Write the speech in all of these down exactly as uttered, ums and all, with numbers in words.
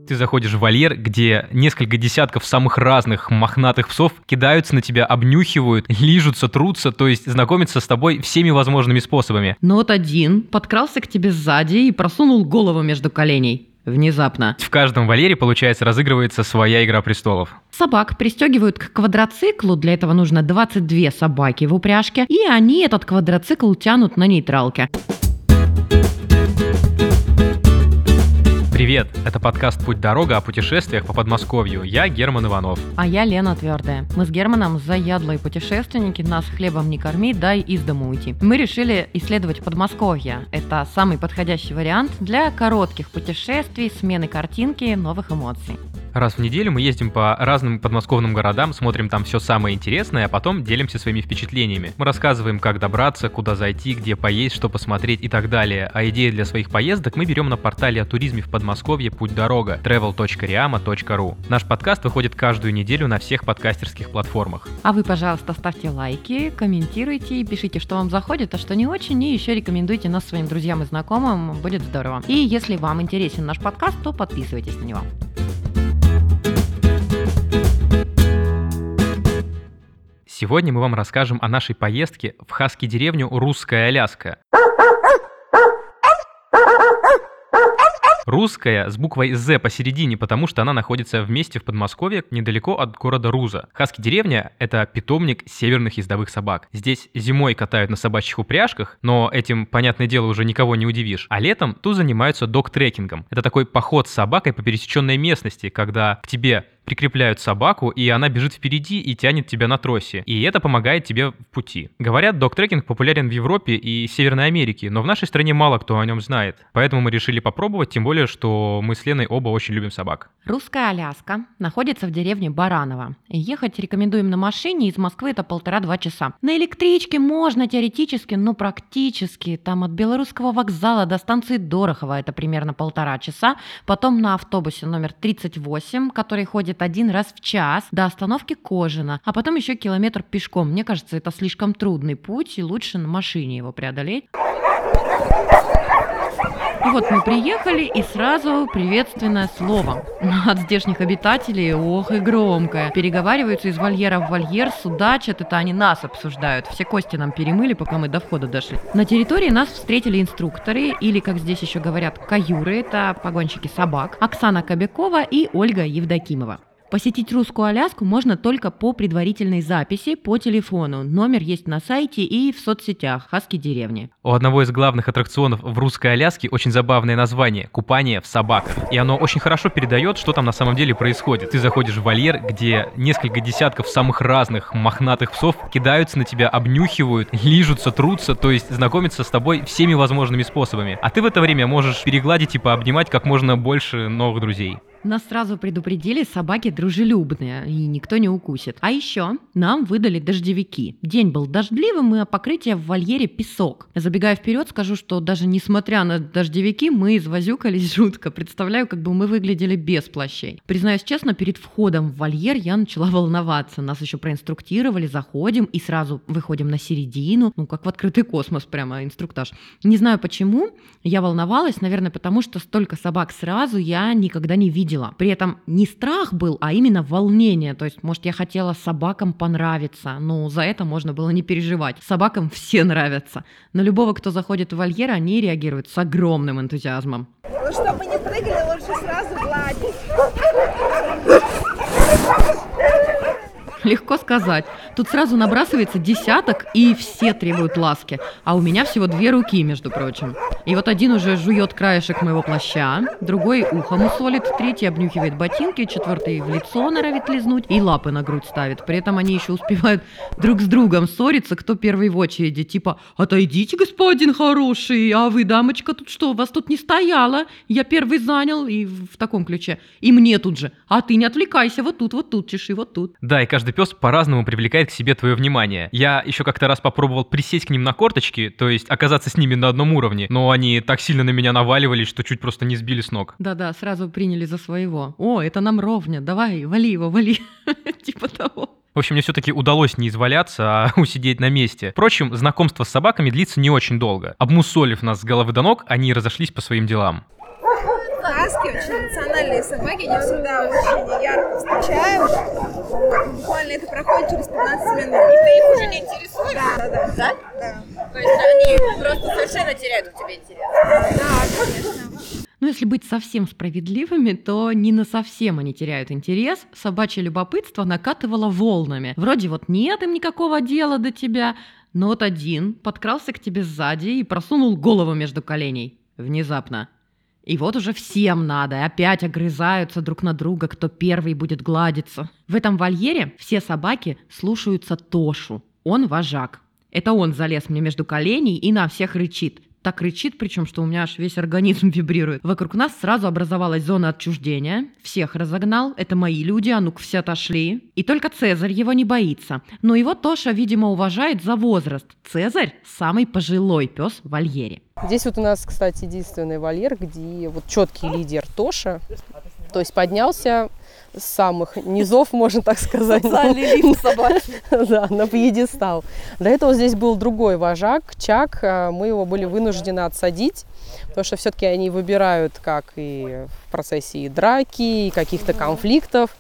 Ты заходишь в вольер, где несколько десятков самых разных мохнатых псов кидаются на тебя, обнюхивают, лижутся, трутся, то есть знакомятся с тобой всеми возможными способами. Но вот один подкрался к тебе сзади и просунул голову между коленей. Внезапно. В каждом вольере, получается, разыгрывается своя «Игра престолов». Собак пристегивают к квадроциклу, для этого нужно двадцать две собаки в упряжке, и они этот квадроцикл тянут на нейтралке. Привет, это подкаст «Путь-дорога» о путешествиях по Подмосковью. Я Герман Иванов. А я Лена Твердая. Мы с Германом заядлые путешественники, нас хлебом не корми, дай из дома уйти. Мы решили исследовать Подмосковье. Это самый подходящий вариант для коротких путешествий, смены картинки, новых эмоций. Раз в неделю мы ездим по разным подмосковным городам, смотрим там все самое интересное, а потом делимся своими впечатлениями. Мы рассказываем, как добраться, куда зайти, где поесть, что посмотреть и так далее. А идеи для своих поездок мы берем на портале о туризме в Подмосковье «Путь-дорога» тревел точка риама точка ру. Наш подкаст выходит каждую неделю на всех подкастерских платформах. А вы, пожалуйста, ставьте лайки, комментируйте, пишите, что вам заходит, а что не очень, и еще рекомендуйте нас своим друзьям и знакомым, будет здорово. И если вам интересен наш подкаст, то подписывайтесь на него. Сегодня мы вам расскажем о нашей поездке в хаски-деревню Русская Аляска. Русская с буквой «З» посередине, потому что она находится в месте в Подмосковье, недалеко от города Руза. Хаски-деревня – это питомник северных ездовых собак. Здесь зимой катают на собачьих упряжках, но этим, понятное дело, уже никого не удивишь. А летом тут занимаются дог-трекингом. Это такой поход с собакой по пересеченной местности, когда к тебе прикрепляют собаку, и она бежит впереди и тянет тебя на тросе. И это помогает тебе в пути. Говорят, дог-трекинг популярен в Европе и Северной Америке, но в нашей стране мало кто о нем знает. Поэтому мы решили попробовать, тем более, что мы с Леной оба очень любим собак. Русская Аляска находится в деревне Бараново. Ехать рекомендуем на машине, из Москвы это полтора-два часа. На электричке можно теоретически, но практически. Там от Белорусского вокзала до станции Дорохова это примерно полтора часа. Потом на автобусе номер тридцать восемь, который ходит один раз в час до остановки Кожина, а потом еще километр пешком. Мне кажется, это слишком трудный путь, и лучше на машине его преодолеть. И вот мы приехали, и сразу приветственное слово от здешних обитателей, ох и громкое. Переговариваются из вольера в вольер, судачат, это они нас обсуждают. Все кости нам перемыли, пока мы до входа дошли. На территории нас встретили инструкторы, или, как здесь еще говорят, каюры, это погонщики собак, Оксана Кобякова и Ольга Евдокимова. Посетить Русскую Аляску можно только по предварительной записи по телефону. Номер есть на сайте и в соцсетях Хаски-деревни. У одного из главных аттракционов в Русской Аляске очень забавное название – «Купание в собаках». И оно очень хорошо передает, что там на самом деле происходит. Ты заходишь в вольер, где несколько десятков самых разных мохнатых псов кидаются на тебя, обнюхивают, лижутся, трутся, то есть знакомятся с тобой всеми возможными способами. А ты в это время можешь перегладить и пообнимать как можно больше новых друзей. Нас сразу предупредили, собаки дружелюбные, и никто не укусит. А еще нам выдали дождевики. День был дождливым, и покрытие в вольере песок. Забегая вперед, скажу, что даже несмотря на дождевики, мы извозюкались жутко. Представляю, как бы мы выглядели без плащей. Признаюсь честно, перед входом в вольер я начала волноваться. Нас еще проинструктировали, заходим и сразу выходим на середину. Ну, как в открытый космос, прямо инструктаж. Не знаю почему, я волновалась, наверное, потому что столько собак сразу я никогда не видела. При этом не страх был, а именно волнение. То есть, может, я хотела собакам понравиться, но за это можно было не переживать. Собакам все нравятся. На любого, кто заходит в вольер, они реагируют с огромным энтузиазмом. Ну, чтобы не прыгали, лучше сразу гладить. Легко сказать. Тут сразу набрасывается десяток, и все требуют ласки. А у меня всего две руки, между прочим. И вот один уже жует краешек моего плаща, другой ухом усолит, третий обнюхивает ботинки, четвертый в лицо норовит лизнуть и лапы на грудь ставит. При этом они еще успевают друг с другом ссориться, кто первый в очереди. Типа: «Отойдите, господин хороший, а вы, дамочка, тут что, вас тут не стояло? Я первый занял». И в таком ключе. И мне тут же: «А ты не отвлекайся, вот тут, вот тут, чеши, вот тут». Да, и каждый пес по-разному привлекает к себе твое внимание. Я еще как-то раз попробовал присесть к ним на корточки, то есть оказаться с ними на одном уровне, но они так сильно на меня наваливались, что чуть просто не сбили с ног. Да-да, сразу приняли за своего. «О, это нам ровня, давай, вали его, вали». Типа того. В общем, мне все-таки удалось не изваляться, а усидеть на месте. Впрочем, знакомство с собаками длится не очень долго. Обмусолив нас с головы до ног, они разошлись по своим делам. Хаски очень эмоциональные собаки, они всегда очень ярко встречают. Вот. Буквально это проходит через пятнадцать минут. И ты их уже не интересуешь? Да, да, да. Да? Да, То есть они просто совершенно теряют к тебе интерес? да, конечно. Ну, если быть совсем справедливыми, то не на совсем они теряют интерес. Собачье любопытство накатывало волнами. Вроде вот нет им никакого дела до тебя, но вот один подкрался к тебе сзади и просунул голову между коленей. Внезапно. И вот уже всем надо, и опять огрызаются друг на друга, кто первый будет гладиться. В этом вольере все собаки слушаются Тошу. Он вожак. Это он залез мне между коленей и на всех рычит. Так рычит, причем, что у меня аж весь организм вибрирует. Вокруг нас сразу образовалась зона отчуждения. Всех разогнал. Это мои люди, а ну-ка все отошли. И только Цезарь его не боится. Но его Тоша, видимо, уважает за возраст. Цезарь – самый пожилой пес в вольере. Здесь вот у нас, кстати, единственный вольер, где вот четкий лидер Тоша. То есть поднялся с самых низов, можно так сказать. Социальный лифт собаки. Да, на пьедестал. До этого здесь был другой вожак, Чак. Мы его были вынуждены отсадить, потому что все-таки они выбирают, как и в процессе и драки, и каких-то конфликтов.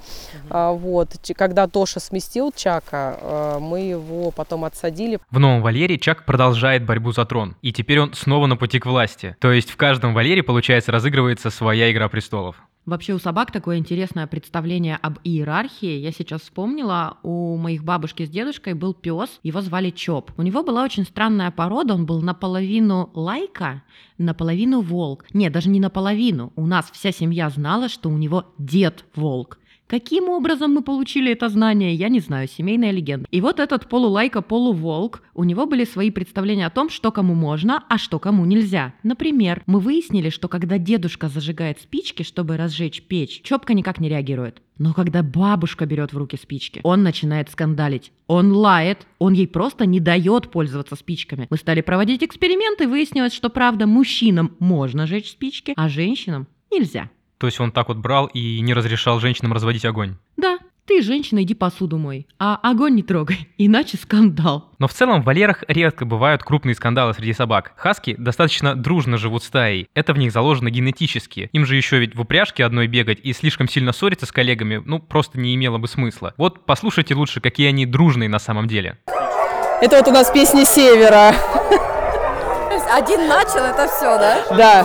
Вот. Когда Тоша сместил Чака, мы его потом отсадили. В новом вольере Чак продолжает борьбу за трон, и теперь он снова на пути к власти. То есть в каждом вольере, получается, разыгрывается своя «Игра престолов». Вообще у собак такое интересное представление об иерархии. Я сейчас вспомнила, у моих бабушки с дедушкой был пес, его звали Чоп. У него была очень странная порода, он был наполовину лайка, наполовину волк. Нет, даже не наполовину. У нас вся семья знала, что у него дед волк. Каким образом мы получили это знание, я не знаю, семейная легенда. И вот этот полулайка, полуволк, у него были свои представления о том, что кому можно, а что кому нельзя. Например, мы выяснили, что когда дедушка зажигает спички, чтобы разжечь печь, Чопка никак не реагирует. Но когда бабушка берет в руки спички, он начинает скандалить. Он лает, он ей просто не дает пользоваться спичками. Мы стали проводить эксперименты, выяснилось, что правда мужчинам можно жечь спички, а женщинам нельзя. То есть он так вот брал и не разрешал женщинам разводить огонь. Да, ты, женщина, иди посуду мой, а огонь не трогай, иначе скандал. Но в целом в вольерах редко бывают крупные скандалы среди собак. Хаски достаточно дружно живут стаей. Это в них заложено генетически. Им же еще ведь в упряжке одной бегать и слишком сильно ссориться с коллегами, ну, просто не имело бы смысла. Вот послушайте лучше, какие они дружные на самом деле. Это вот у нас песни Севера. То есть один начал, это все, да? Да.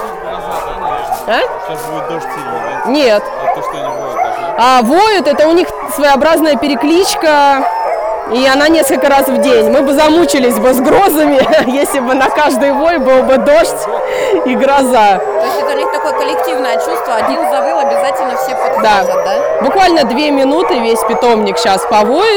А? Сейчас будет дождь сильный, да? Нет. А то, что они воют, так, А воют, это у них своеобразная перекличка, и она несколько раз в день. Мы бы замучились бы с грозами, если бы на каждый вой был бы дождь и гроза. То есть это у них такое коллективное чувство, один завыл, обязательно все подхватят, да? Да. Буквально две минуты весь питомник сейчас повоет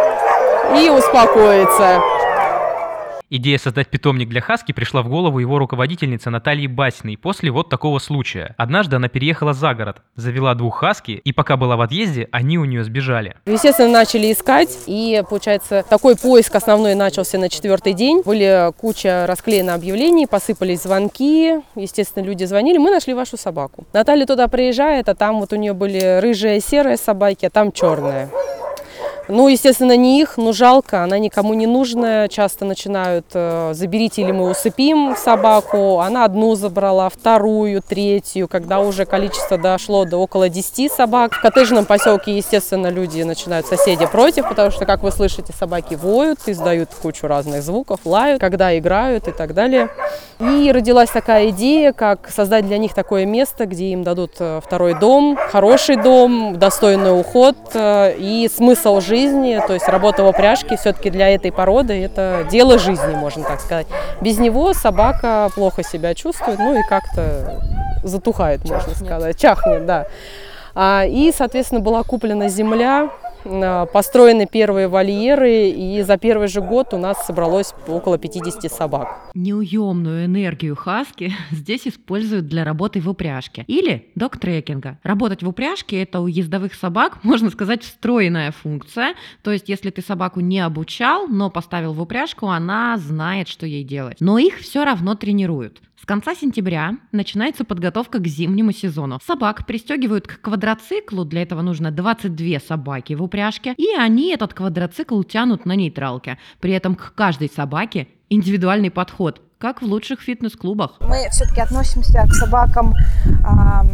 и успокоится. Идея создать питомник для хаски пришла в голову его руководительнице Наталье Басиной после вот такого случая. Однажды она переехала за город, завела двух хаски, и пока была в отъезде, они у нее сбежали. Естественно, начали искать, и, получается, такой поиск основной начался на четвертый день. Были куча расклеено объявлений, посыпались звонки, естественно, люди звонили, мы нашли вашу собаку. Наталья туда приезжает, а там вот у нее были рыжие, серые собаки, а там черные. Ну, естественно, не их, но жалко, она никому не нужная. Часто начинают, э, заберите или мы усыпим собаку. Она одну забрала, вторую, третью. Когда уже количество дошло до около десяти собак. В коттеджном поселке, естественно, люди начинают, соседи против, потому что, как вы слышите, собаки воют, издают кучу разных звуков, лают, когда играют и так далее. И родилась такая идея, как создать для них такое место, где им дадут второй дом, хороший дом, достойный уход э, и смысл жизни. Жизни, то есть работа в упряжке все-таки для этой породы это дело жизни, можно так сказать. Без него собака плохо себя чувствует, ну и как-то затухает, можно Чахнет. сказать. Чахнет, да. И, соответственно, была куплена земля, построены первые вольеры, и за первый же год у нас собралось около пятидесяти собак. Неуемную энергию хаски здесь используют для работы в упряжке или дог-трекинга. Работать в упряжке – это у ездовых собак, можно сказать, встроенная функция. То есть, если ты собаку не обучал, но поставил в упряжку, она знает, что ей делать. Но их все равно тренируют. С конца сентября начинается подготовка к зимнему сезону. Собак пристегивают к квадроциклу, для этого нужно двадцать две собаки в упряжке, и они этот квадроцикл тянут на нейтралке. При этом к каждой собаке индивидуальный подход, как в лучших фитнес-клубах. Мы все-таки относимся к собакам а,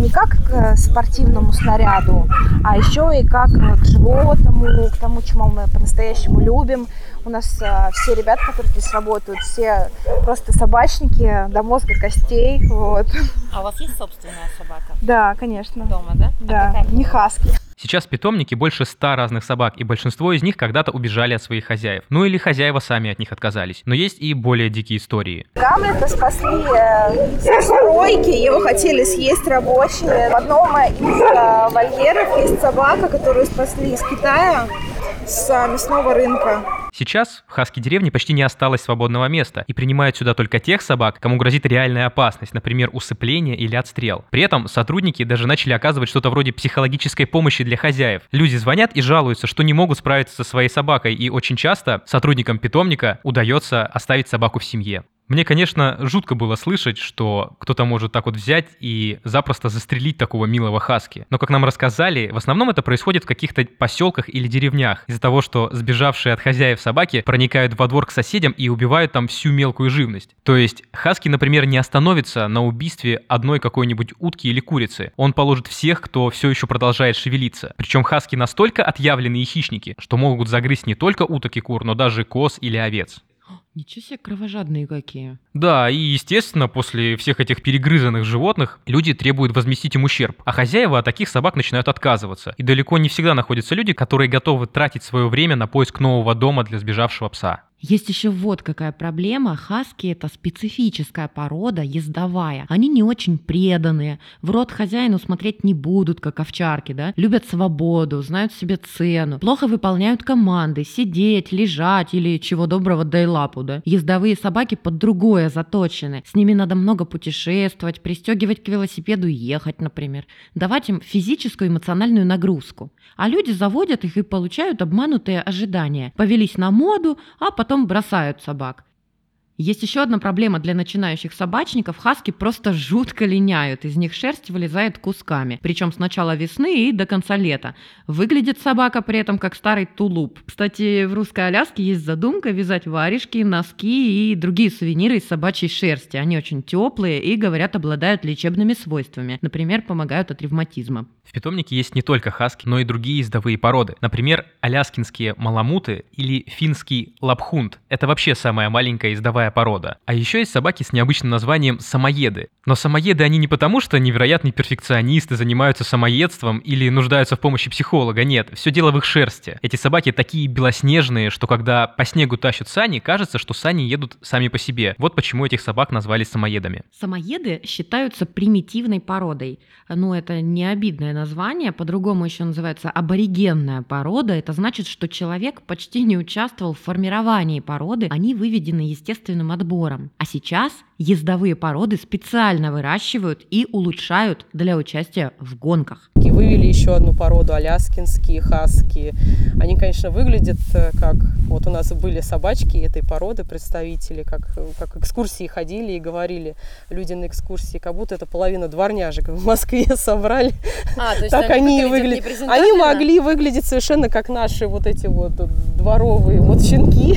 не как к спортивному снаряду, а еще и как к животному, к тому, чему мы по-настоящему любим. У нас а, все ребята, которые здесь работают, все просто собачники до мозга костей. Вот. А у вас есть собственная собака? Да, конечно. Дома, да? Да, А какая? не хаски. Сейчас в питомнике больше ста разных собак, и большинство из них когда-то убежали от своих хозяев. Ну или хозяева сами от них отказались. Но есть и более дикие истории. Гамлета спасли э, со стройки, его хотели съесть рабочие. В одном из э, вольеров есть собака, которую спасли из Китая, с э, мясного рынка. Сейчас в хаски-деревне почти не осталось свободного места, и принимают сюда только тех собак, кому грозит реальная опасность, например, усыпление или отстрел. При этом сотрудники даже начали оказывать что-то вроде психологической помощи для хозяев. Люди звонят и жалуются, что не могут справиться со своей собакой, и очень часто сотрудникам питомника удается оставить собаку в семье. Мне, конечно, жутко было слышать, что кто-то может так вот взять и запросто застрелить такого милого хаски. Но, как нам рассказали, в основном это происходит в каких-то поселках или деревнях, из-за того, что сбежавшие от хозяев собаки проникают во двор к соседям и убивают там всю мелкую живность. То есть хаски, например, не остановится на убийстве одной какой-нибудь утки или курицы. Он положит всех, кто все еще продолжает шевелиться. Причем хаски настолько отъявленные хищники, что могут загрызть не только уток и кур, но даже коз или овец. Ничего себе, кровожадные какие. Да, и естественно, после всех этих перегрызанных животных люди требуют возместить им ущерб, а хозяева от таких собак начинают отказываться. И далеко не всегда находятся люди, которые готовы тратить свое время на поиск нового дома для сбежавшего пса. Есть еще вот какая проблема. Хаски — это специфическая порода, ездовая. Они не очень преданные, в рот хозяину смотреть не будут, как овчарки, да? Любят свободу, знают себе цену, плохо выполняют команды, сидеть, лежать или, чего доброго, дай лапу, да? Ездовые собаки под другое заточены. С ними надо много путешествовать, пристегивать к велосипеду и ехать, например. Давать им физическую и эмоциональную нагрузку. А люди заводят их и получают обманутые ожидания. Повелись на моду, а потом бросают собак. Есть еще одна проблема для начинающих собачников. Хаски просто жутко линяют, из них шерсть вылезает кусками, причем с начала весны и до конца лета. Выглядит собака при этом как старый тулуп. Кстати, в русской Аляске есть задумка вязать варежки, носки и другие сувениры из собачьей шерсти. Они очень теплые и, говорят, обладают лечебными свойствами. Например, помогают от ревматизма. В питомнике есть не только хаски, но и другие ездовые породы. Например, аляскинские маламуты или финский лапхунд. Это вообще самая маленькая ездовая порода. А еще есть собаки с необычным названием самоеды. Но самоеды они не потому, что невероятные перфекционисты, занимаются самоедством или нуждаются в помощи психолога. Нет, все дело в их шерсти. Эти собаки такие белоснежные, что когда по снегу тащат сани, кажется, что сани едут сами по себе. Вот почему этих собак назвали самоедами. Самоеды считаются примитивной породой. Ну, это не обидное название, по-другому еще называется аборигенная порода. Это значит, что человек почти не участвовал в формировании породы, они выведены естественным отбором. А сейчас ездовые породы специально выращивают и улучшают для участия в гонках. И вывели еще одну породу, аляскинские хаски. Они, конечно, выглядят как... Вот у нас были собачки этой породы, представители, как, как экскурсии ходили и говорили люди на экскурсии, как будто это половина дворняжек в Москве собрали. А, то есть так они и выглядят. Они могли выглядеть совершенно как наши вот эти вот дворовые вот щенки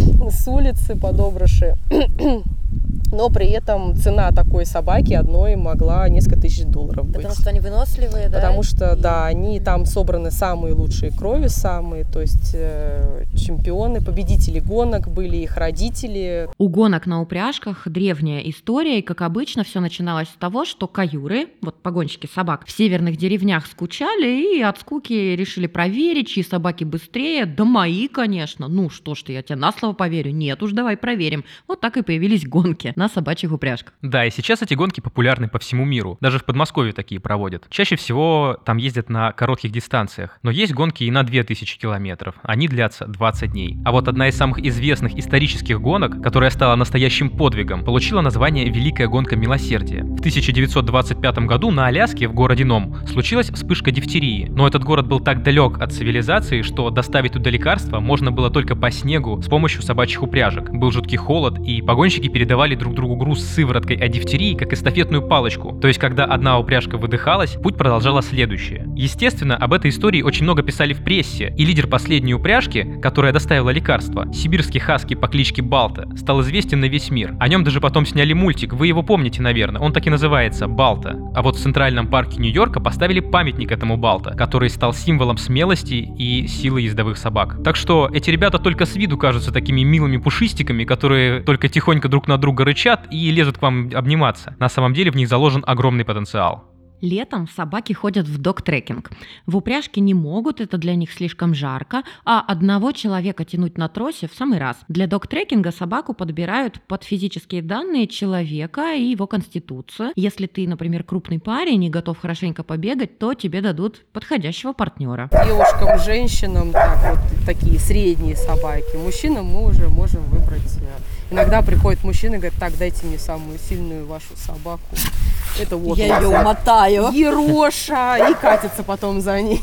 с улицы, подобрыши. Но при этом цена такой собаки одной могла несколько тысяч долларов быть. Потому что они выносливые, да? Потому что, да, они там собраны самые лучшие крови, самые, то есть э, чемпионы, победители гонок были, их родители. У гонок на упряжках древняя история, и, как обычно, все начиналось с того, что каюры, вот погонщики собак, в северных деревнях скучали и от скуки решили проверить, чьи собаки быстрее. Да мои, конечно. Ну что ж ты, я тебе на слово поверю. Нет уж, давай проверим. Вот так и появились гонки на собачьих упряжках. Да, и сейчас эти гонки популярны по всему миру. Даже в Подмосковье такие проводят. Чаще всего там ездят на коротких дистанциях. Но есть гонки и на две тысячи километров. Они длятся двадцать дней. А вот одна из самых известных исторических гонок, которая стала настоящим подвигом, получила название «Великая гонка милосердия». В тысяча девятьсот двадцать пятом году на Аляске, в городе Ном, случилась вспышка дифтерии. Но этот город был так далек от цивилизации, что доставить туда лекарства можно было только по снегу с помощью собачьих упряжек. Был жуткий холод, и погонщики передавали друг друг другу груз с сывороткой от дифтерии, как эстафетную палочку. То есть, когда одна упряжка выдыхалась, путь продолжала следующая. Естественно, об этой истории очень много писали в прессе, и лидер последней упряжки, которая доставила лекарство, сибирский хаски по кличке Балта, стал известен на весь мир. О нем даже потом сняли мультик, вы его помните, наверное, он так и называется — Балта. А вот в Центральном парке Нью-Йорка поставили памятник этому Балта, который стал символом смелости и силы ездовых собак. Так что эти ребята только с виду кажутся такими милыми пушистиками, которые только тихонько друг на друга рычат и лезут к вам обниматься. На самом деле в них заложен огромный потенциал. Летом собаки ходят в дог-трекинг. В упряжке не могут, это для них слишком жарко, а одного человека тянуть на тросе в самый раз. Для дог-трекинга собаку подбирают под физические данные человека и его конституцию. Если ты, например, крупный парень и готов хорошенько побегать, то тебе дадут подходящего партнера. Девушкам, женщинам так, вот такие средние собаки. Мужчинам мы уже можем выбрать. Иногда приходит мужчина и говорит: так, дайте мне самую сильную вашу собаку. Это вот Я ее умотаю. Ероша, и катится потом за ней.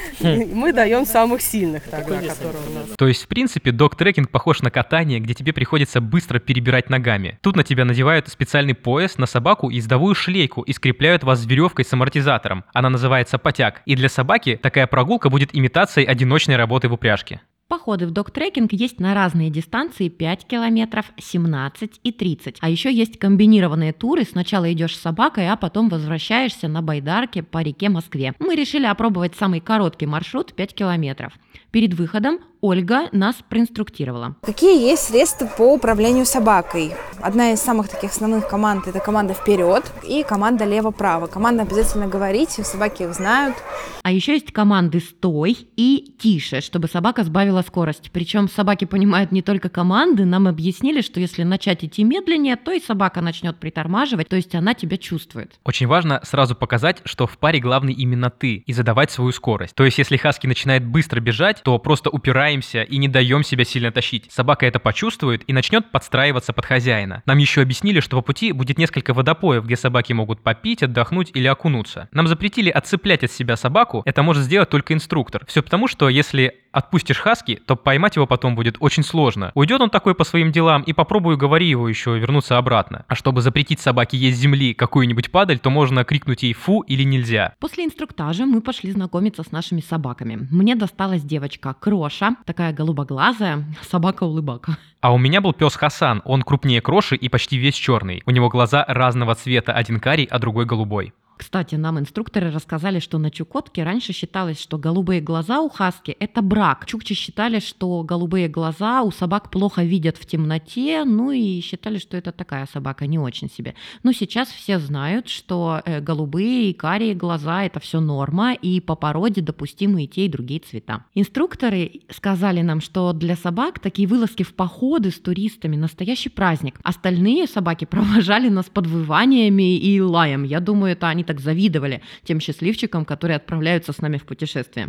Мы даем самых сильных тогда, которые у нас. То есть, в принципе, дог-трекинг похож на катание, где тебе приходится быстро перебирать ногами. Тут на тебя надевают специальный пояс, на собаку ездовую шлейку и скрепляют вас веревкой с амортизатором. Она называется потяг. И для собаки такая прогулка будет имитацией одиночной работы в упряжке. Походы в дог-трекинг есть на разные дистанции: пять километров, семнадцать и тридцать. А еще есть комбинированные туры. Сначала идешь с собакой, а потом возвращаешься на байдарке по реке Москве. Мы решили опробовать самый короткий маршрут — пять километров. Перед выходом Ольга нас проинструктировала. Какие есть средства по управлению собакой? Одна из самых таких основных команд – это команда «Вперед» и команда «Лево-право». Команда обязательно говорить, собаки их знают. А еще есть команды «Стой» и «Тише», чтобы собака сбавила скорость. Причем собаки понимают не только команды. Нам объяснили, что если начать идти медленнее, то и собака начнет притормаживать, то есть она тебя чувствует. Очень важно сразу показать, что в паре главный именно ты, и задавать свою скорость. То есть, если хаски начинает быстро бежать, то просто упираемся и не даем себя сильно тащить. Собака это почувствует и начнет подстраиваться под хозяина. Нам еще объяснили, что по пути будет несколько водопоев, где собаки могут попить, отдохнуть или окунуться. Нам запретили отцеплять от себя собаку, это может сделать только инструктор. Все потому, что если отпустишь хаски, то поймать его потом будет очень сложно. Уйдет он такой по своим делам, и попробуй уговори его еще вернуться обратно. А чтобы запретить собаке есть земли какую-нибудь падаль, то можно крикнуть ей «фу» или «нельзя». После инструктажа мы пошли знакомиться с нашими собаками. Мне досталась девочка Кроша, такая голубоглазая, собака-улыбака. А у меня был пес Хасан, он крупнее Кроши и почти весь черный. У него глаза разного цвета, один карий, а другой голубой. Кстати, нам инструкторы рассказали, что на Чукотке раньше считалось, что голубые глаза у хаски – это брак. Чукчи считали, что голубые глаза у собак плохо видят в темноте, ну и считали, что это такая собака не очень себе. Но сейчас все знают, что э, голубые и карие глаза – это все норма, и по породе допустимы и те, и другие цвета. Инструкторы сказали нам, что для собак такие вылазки в походы с туристами – настоящий праздник. Остальные собаки провожали нас подвываниями и лаем. Я думаю, это они так завидовали тем счастливчикам, которые отправляются с нами в путешествие.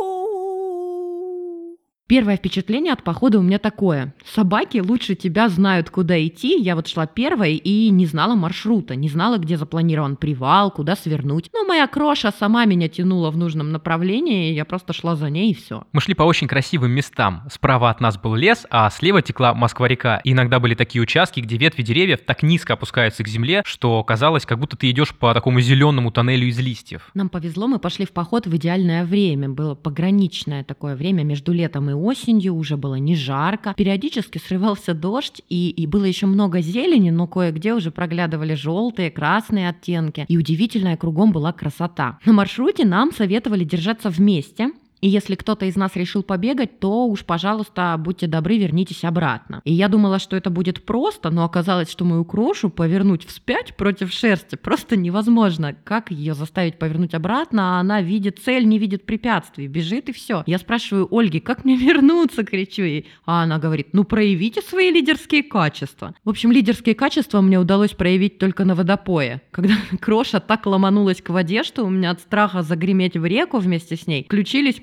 Первое впечатление от похода у меня такое. Собаки лучше тебя знают, куда идти. Я вот шла первой и не знала маршрута, не знала, где запланирован привал, куда свернуть. Но моя Кроша сама меня тянула в нужном направлении, и я просто шла за ней, и все. Мы шли по очень красивым местам. Справа от нас был лес, а слева текла Москва-река. И иногда были такие участки, где ветви деревьев так низко опускаются к земле, что казалось, как будто ты идешь по такому зеленому тоннелю из листьев. Нам повезло, мы пошли в поход в идеальное время. Было пограничное такое время между летом и осенью, уже было не жарко, периодически срывался дождь, и, и было еще много зелени, но кое-где уже проглядывали желтые, красные оттенки, и удивительная кругом была красота. На маршруте нам советовали держаться вместе, и если кто-то из нас решил побегать, то уж, пожалуйста, будьте добры, вернитесь обратно. И я думала, что это будет просто, но оказалось, что мою Крошу повернуть вспять против шерсти просто невозможно. Как ее заставить повернуть обратно, а она видит цель, не видит препятствий, бежит и все. Я спрашиваю Ольги, как мне вернуться, кричу ей. А она говорит, ну проявите свои лидерские качества. В общем, лидерские качества мне удалось проявить только на водопое. Когда Кроша так ломанулась к воде, что у меня от страха загреметь в реку вместе с ней, включились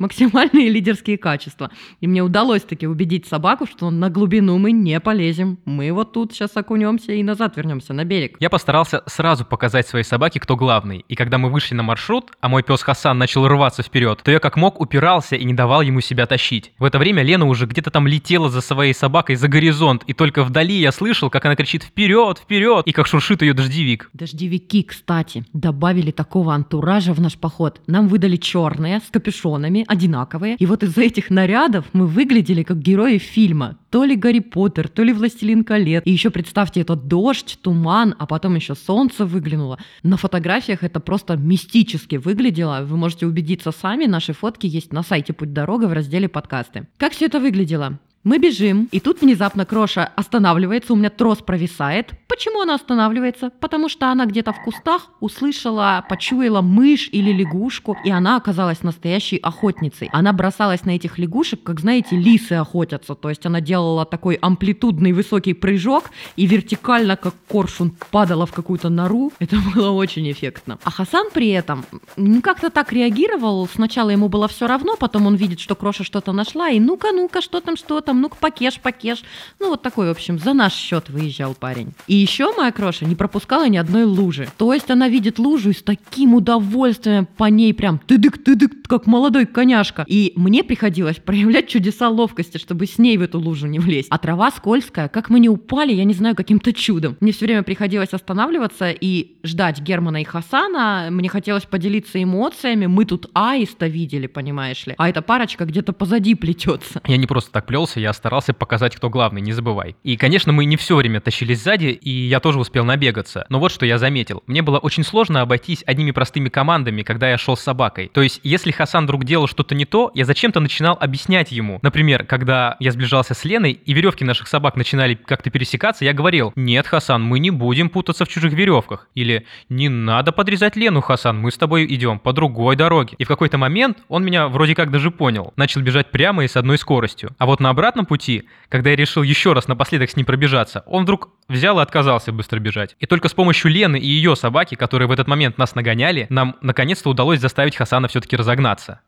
максимальные лидерские качества. И мне удалось таки убедить собаку, что на глубину мы не полезем. Мы вот тут сейчас окунемся и назад вернемся на берег. Я постарался сразу показать своей собаке, кто главный. И когда мы вышли на маршрут, а мой пес Хасан начал рваться вперед, то я как мог упирался и не давал ему себя тащить. В это время Лена уже где-то там летела за своей собакой за горизонт, и только вдали я слышал, как она кричит «Вперед! Вперед!» и как шуршит ее дождевик. Дождевики, кстати, добавили такого антуража в наш поход. Нам выдали черные с капюшонами, одинаковые. И вот из-за этих нарядов мы выглядели как герои фильма. То ли Гарри Поттер, то ли Властелин колец. И еще представьте, этот дождь, туман, а потом еще солнце выглянуло. На фотографиях это просто мистически выглядело. Вы можете убедиться сами, наши фотки есть на сайте «Путь дорога» в разделе «Подкасты». Как все это выглядело? Мы бежим, и тут внезапно Кроша останавливается, у меня трос провисает. Почему она останавливается? Потому что она где-то в кустах услышала, почуяла мышь или лягушку, и она оказалась настоящей охотницей. Она бросалась на этих лягушек, как, знаете, лисы охотятся. То есть она делала такой амплитудный высокий прыжок и вертикально, как коршун, падала в какую-то нору. Это было очень эффектно. А Хасан при этом как-то так реагировал. Сначала ему было все равно, потом он видит, что Кроша что-то нашла, и ну-ка, ну-ка, что там, что там, ну-ка, покеш, покеш. Ну, вот такой, в общем, за наш счет выезжал парень. И еще моя Кроша не пропускала ни одной лужи. То есть она видит лужу и с таким удовольствием по ней прям тыдык-тыдык, как молодой коняшка. И мне приходилось проявлять чудеса ловкости, чтобы с ней в эту лужу не влезть. А трава скользкая, как мы не упали, я не знаю, каким-то чудом. Мне все время приходилось останавливаться и ждать Германа и Хасана. Мне хотелось поделиться эмоциями. Мы тут аиста видели, понимаешь ли. А эта парочка где-то позади плетется. Я не просто так плелся, я старался показать, кто главный, не забывай. И, конечно, мы не все время тащились сзади, и я тоже успел набегаться. Но вот что я заметил. Мне было очень сложно обойтись одними простыми командами, когда я шел с собакой. То есть, если Хасан вдруг делал что-то не то, я зачем-то начинал объяснять ему. Например, когда я сближался с Леной, и веревки наших собак начинали как-то пересекаться, я говорил: «Нет, Хасан, мы не будем путаться в чужих веревках». Или «Не надо подрезать Лену, Хасан, мы с тобой идем по другой дороге». И в какой-то момент он меня вроде как даже понял. Начал бежать прямо и с одной скоростью. А вот на обратном пути, когда я решил еще раз напоследок с ним пробежаться, он вдруг взял и отказался быстро бежать. И только с помощью Лены и ее собаки, которые в этот момент нас нагоняли, нам наконец-то удалось заставить Хасана все-таки разогнаться.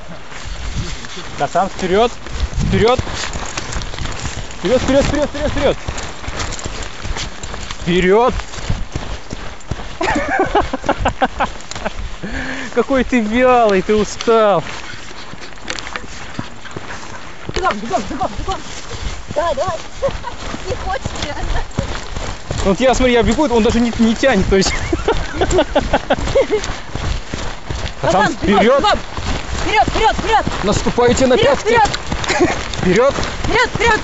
Хасан, вперед! Вперед! Вперед, вперед, вперед, вперед, вперед! Вперед! Какой ты вялый, ты устал! Бегом, бегом, бегом, бегом. Давай, давай. Не хочешь, реально. Вот я, смотри, я бегу, он даже не, не тянет, то есть... Хасан, вперед! Вперед, вперед, вперед! Наступайте на Вперед, пятки! вперед! Вперед! Вперед, вперед!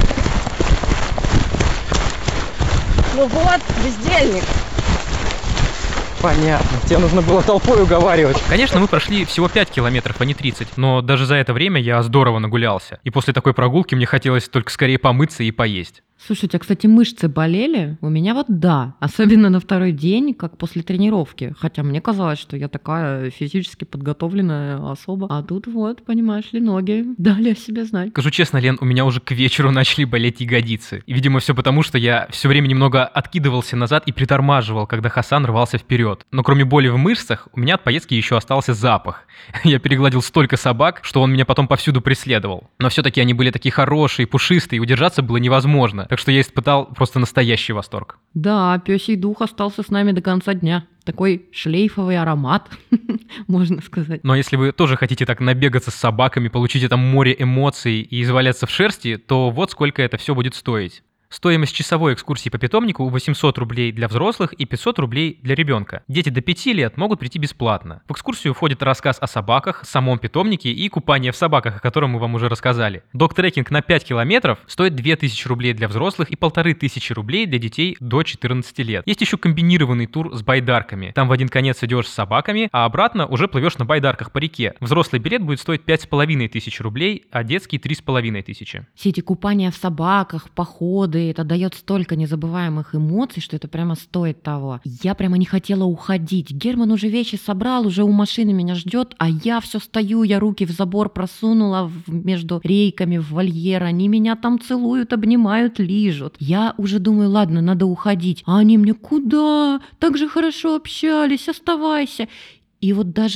Ну вот, бездельник. Понятно, тебе нужно было толпой уговаривать. Конечно, мы прошли всего пять километров, а не тридцать, но даже за это время я здорово нагулялся. И после такой прогулки мне хотелось только скорее помыться и поесть. Слушайте, а, кстати, мышцы болели? У меня вот да. Особенно на второй день, как после тренировки. Хотя мне казалось, что я такая физически подготовленная особа. А тут вот, понимаешь ли, ноги дали о себе знать. Скажу честно, Лен, у меня уже к вечеру начали болеть ягодицы. И, видимо, все потому, что я все время немного откидывался назад и притормаживал, когда Хасан рвался вперед. Но кроме боли в мышцах, у меня от поездки еще остался запах. Я перегладил столько собак, что он меня потом повсюду преследовал. Но все-таки они были такие хорошие, пушистые, и удержаться было невозможно. Так что я испытал просто настоящий восторг. Да, пёсий дух остался с нами до конца дня. Такой шлейфовый аромат, можно сказать. Но если вы тоже хотите так набегаться с собаками, получить это море эмоций и изваляться в шерсти, то вот сколько это все будет стоить. Стоимость часовой экскурсии по питомнику восемьсот рублей для взрослых и пятьсот рублей для ребенка. Дети до пяти лет могут прийти бесплатно. В экскурсию входит рассказ о собаках, самом питомнике и купание в собаках, о котором мы вам уже рассказали. Док-трекинг на пять километров стоит две тысячи рублей для взрослых и полторы тысячи рублей для детей до четырнадцати лет. Есть еще комбинированный тур с байдарками. Там в один конец идешь с собаками, а обратно уже плывешь на байдарках по реке. Взрослый билет будет стоить пять с половиной тысяч рублей, а детский три с половиной тысячи. Все эти купания в собаках, походы, это дает столько незабываемых эмоций, что это прямо стоит того. Я прямо не хотела уходить. Герман уже вещи собрал, уже у машины меня ждет, а я все стою, я руки в забор просунула в, между рейками в вольер, они меня там целуют, обнимают, лижут. Я уже думаю, ладно, надо уходить. А они мне: куда? Так же хорошо общались, оставайся. И вот даже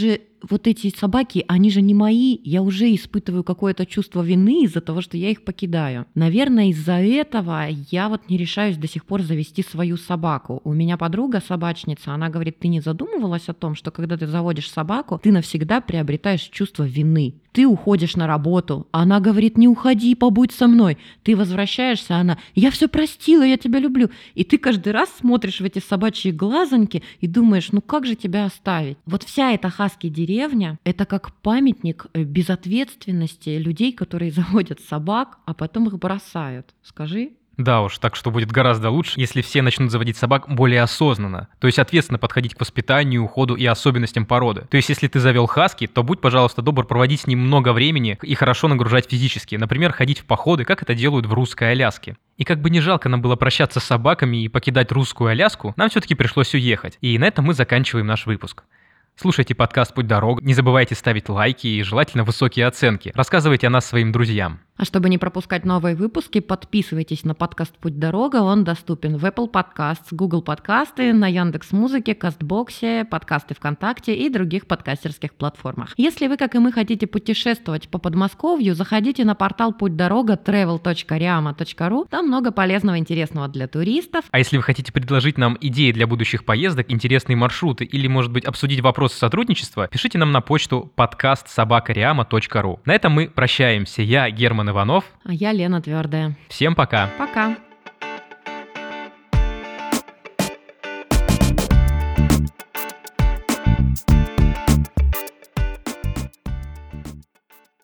вот эти собаки, они же не мои, я уже испытываю какое-то чувство вины из-за того, что я их покидаю. Наверное, из-за этого я вот не решаюсь до сих пор завести свою собаку. У меня подруга собачница, она говорит, ты не задумывалась о том, что когда ты заводишь собаку, ты навсегда приобретаешь чувство вины. Ты уходишь на работу, она говорит, не уходи, побудь со мной. Ты возвращаешься, она, я все простила, я тебя люблю. И ты каждый раз смотришь в эти собачьи глазоньки и думаешь, ну как же тебя оставить? Вот вся эта хаски-деревня, это как памятник безответственности людей, которые заводят собак, а потом их бросают. Скажи? Да уж, так что будет гораздо лучше, если все начнут заводить собак более осознанно, то есть ответственно подходить к воспитанию, уходу и особенностям породы. То есть если ты завел хаски, то будь, пожалуйста, добр проводить с ним много времени и хорошо нагружать физически, например, ходить в походы, как это делают в русской Аляске. И как бы не жалко нам было прощаться с собаками и покидать русскую Аляску, нам все-таки пришлось уехать. И на этом мы заканчиваем наш выпуск. Слушайте подкаст «Путь дорога», не забывайте ставить лайки и желательно высокие оценки. Рассказывайте о нас своим друзьям. А чтобы не пропускать новые выпуски, подписывайтесь на подкаст «Путь дорога». Он доступен в Apple Podcasts, Google подкасты, на Яндекс.Музыке, Кастбоксе, подкасты ВКонтакте и других подкастерских платформах. Если вы, как и мы, хотите путешествовать по Подмосковью, заходите на портал «Путь дорога» travel точка riama точка ру. Там много полезного и интересного для туристов. А если вы хотите предложить нам идеи для будущих поездок, интересные маршруты или, может быть, обсудить вопросы сотрудничества, пишите нам на почту подкаст собака риама точка ру. На этом мы прощаемся. Я Герман Иванов. А я Лена Твердая. Всем пока. Пока.